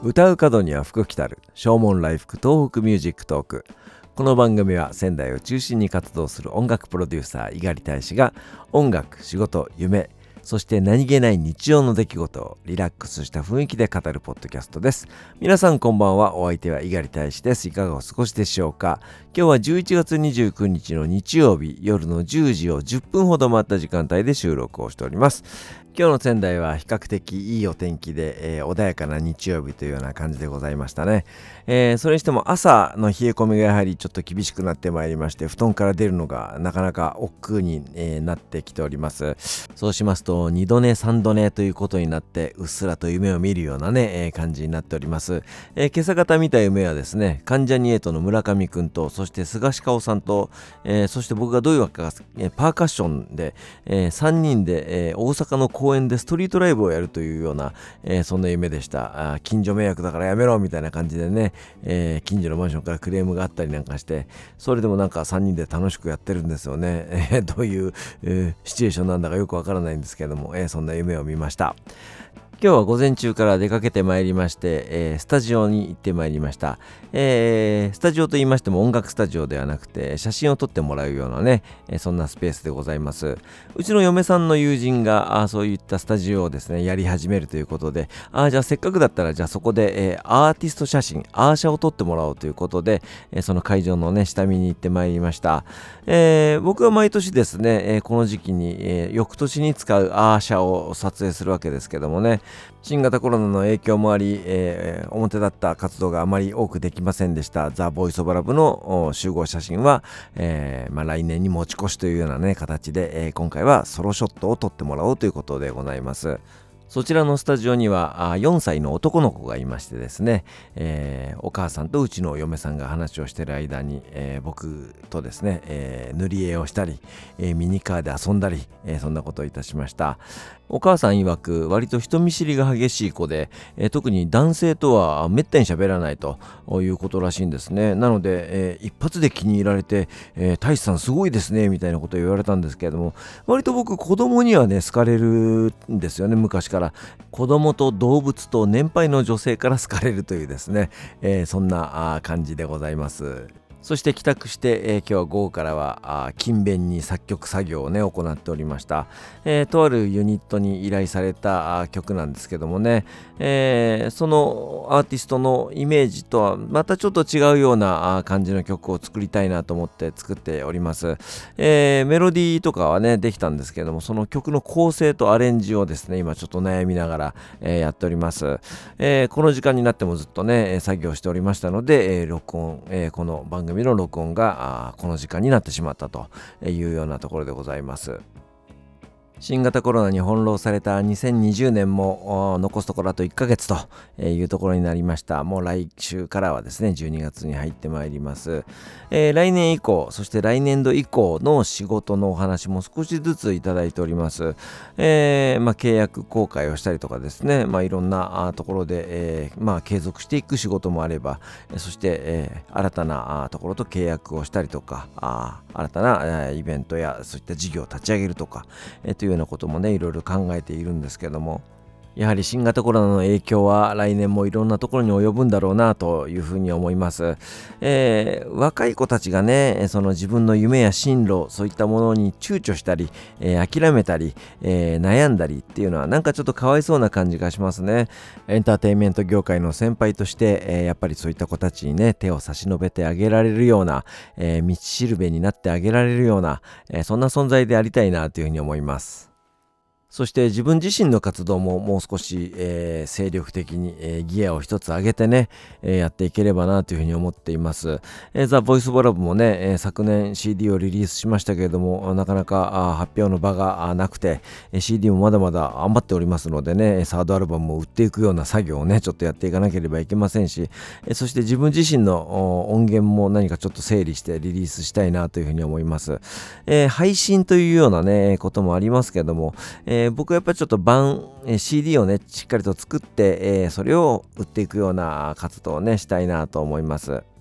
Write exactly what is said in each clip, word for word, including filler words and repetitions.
歌う角には福来たる正門来福東北ミュージックトーク。この番組は仙台を中心に活動する音楽プロデューサー猪狩大使が音楽、仕事、夢、そして何気ない日常の出来事をリラックスした雰囲気で語るポッドキャストです。皆さんこんばんは。お相手は猪狩大使です。いかがお過ごしでしょうか。今日はじゅういちがつにじゅうくにちの日曜日、夜のじゅうじをじゅっぷんほど待った時間帯で収録をしております。今日の仙台は比較的いいお天気で、えー、穏やかな日曜日というような感じでございましたね。えー、それにしても朝の冷え込みがやはりちょっと厳しくなってまいりまして、布団から出るのがなかなか億劫に、えー、なってきております。そうしますとにど寝さんど寝ということになってうっすらと夢を見るようなね、えー、感じになっております。えー、今朝方見た夢はですね、関ジャニエイトの村上くんと、そして菅氏香さんと、えー、そして僕がどういうわけか、えー、パーカッションで、えー、さんにんで、えー、大阪の公園でストリートライブをやるというような、えー、そんな夢でした。あ、近所迷惑だからやめろみたいな感じでね、えー、近所のマンションからクレームがあったりなんかして、それでもなんかさんにんで楽しくやってるんですよね。えー、どういう、えー、シチュエーションなんだかよくわからないんですけども、えー、そんな夢を見ました。今日は午前中から出かけてまいりまして、えー、スタジオに行ってまいりました、えー、スタジオと言いましても音楽スタジオではなくて写真を撮ってもらうようなね、えー、そんなスペースでございます。うちの嫁さんの友人があそういったスタジオをですねやり始めるということで、あじゃあせっかくだったらじゃあそこで、えー、アーティスト写真アーシャを撮ってもらおうということで、えー、その会場のね下見に行ってまいりました。えー、僕は毎年ですね、えー、この時期に、えー、翌年に使うアーシャを撮影するわけですけどもね、新型コロナの影響もあり、えー、表立った活動があまり多くできませんでしたザ・ボイスオブラブの集合写真は、えーまあ、来年に持ち越しというような、ね、形で、えー、今回はソロショットを撮ってもらおうということでございます。そちらのスタジオにはよんさいの男の子がいましてですね、えー、お母さんとうちの嫁さんが話をしている間に、えー、僕とですね、えー、塗り絵をしたり、えー、ミニカーで遊んだり、えー、そんなことをいたしました。お母さん曰く割と人見知りが激しい子で、えー、特に男性とはめったに喋らないということらしいんですね。なので、えー、一発で気に入られて、えー、大志さんすごいですねみたいなことを言われたんですけれども、割と僕子供にはね好かれるんですよね。昔から子供と動物と年配の女性から好かれるというですね、えー、そんな感じでございます。そして帰宅して、えー、今日は午後からは勤勉に作曲作業をね行っておりました。えー、とあるユニットに依頼された曲なんですけどもね、えー、そのアーティストのイメージとはまたちょっと違うような感じの曲を作りたいなと思って作っております。えー、メロディーとかはねできたんですけども、その曲の構成とアレンジをですね今ちょっと悩みながら、えー、やっております。えー、この時間になってもずっとね作業しておりましたので、えー、録音、えー、この番組の録音がこの時間になってしまったというようなところでございます。新型コロナに翻弄されたにせんにじゅうねんも残すところあといっかげつというところになりました。もう来週からはですねじゅうにがつに入ってまいります。えー、来年以降、そして来年度以降の仕事のお話も少しずついただいております。えーまあ、契約更改をしたりとかですね、まあ、いろんなところで、えーまあ、継続していく仕事もあれば、そして、えー、新たなところと契約をしたりとか、あ新たなイベントやそういった事業を立ち上げるとか、えー、というようなこともねいろいろ考えているんですけども、やはり新型コロナの影響は来年もいろんなところに及ぶんだろうなというふうに思います。えー、若い子たちがねその自分の夢や進路そういったものに躊躇したり、えー、諦めたり、えー、悩んだりっていうのはなんかちょっとかわいそうな感じがしますね。エンターテインメント業界の先輩として、えー、やっぱりそういった子たちにね手を差し伸べてあげられるような、えー、道しるべになってあげられるような、えー、そんな存在でありたいなというふうに思います。そして自分自身の活動ももう少し、えー、精力的に、えー、ギアを一つ上げてね、えー、やっていければなというふうに思っています。えー、ザ・ボイス・オブ・ラブもね、えー、昨年 シーディー をリリースしましたけれども、なかなか発表の場がなくて、えー、シーディー もまだまだ余っておりますのでね、サードアルバムも売っていくような作業をね、ちょっとやっていかなければいけませんし、えー、そして自分自身の音源も何かちょっと整理してリリースしたいなというふうに思います。えー、配信というようなね、こともありますけれども、えー僕はやっぱりちょっと版、えー、シーディー をねしっかりと作って、えー、それを売っていくような活動をねしたいなと思います。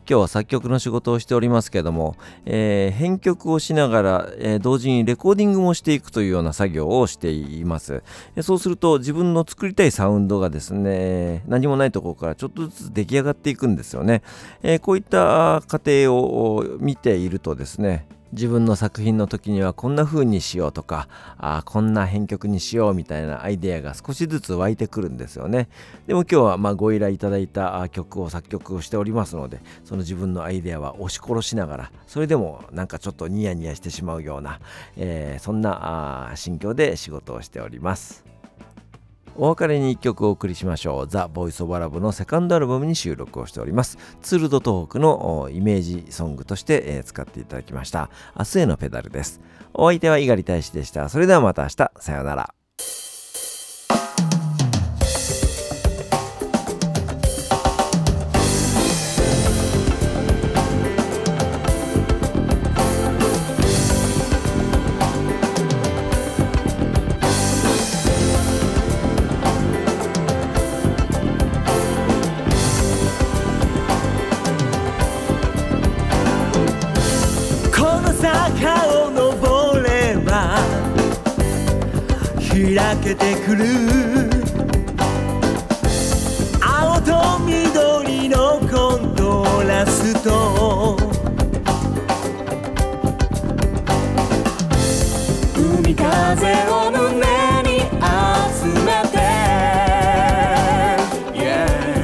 今日は作曲の仕事をしておりますけども、えー、編曲をしながら、えー、同時にレコーディングもしていくというような作業をしています。そうすると自分の作りたいサウンドがですね、何もないところからちょっとずつ出来上がっていくんですよね。えー、こういった過程を見ているとですね、自分の作品の時にはこんな風にしようとか、あこんな編曲にしようみたいなアイデアが少しずつ湧いてくるんですよね。でも今日はまあご依頼いただいた曲を作曲をしておりますので、その自分のアイデアは押し殺しながら、それでもなんかちょっとニヤニヤしてしまうような、えー、そんな心境で仕事をしております。お別れにいっきょくお送りしましょう。ザ・ボイス・オブ・ラブのセカンドアルバムに収録をしております。ツールド東北のイメージソングとして、えー、使っていただきました。明日へのペダルです。お相手は猪狩大使でした。それではまた明日。さようなら。 坂を登れば開けてくる青と緑のコントラスト、海風を胸に集めて、yeah、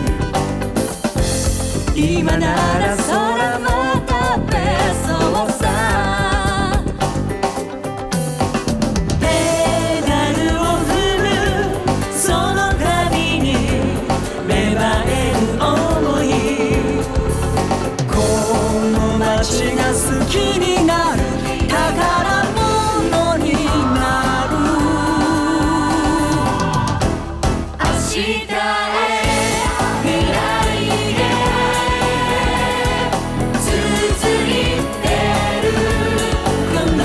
今なら空も飛べそうさ、好きになる宝物になる、明日へ未来へ続いてるこの道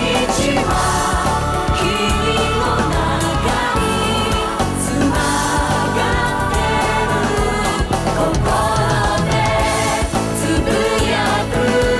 は君の中につながってる、心でつぶやく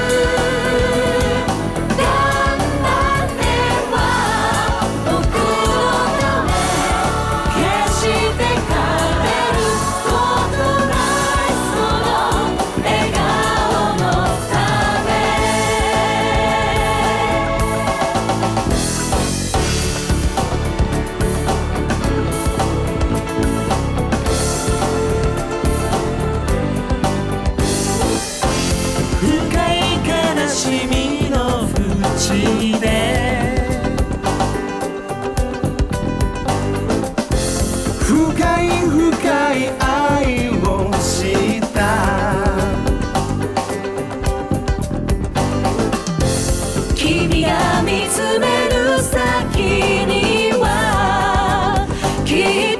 君の淵で深い深い愛をした君が見つめる先にはきっと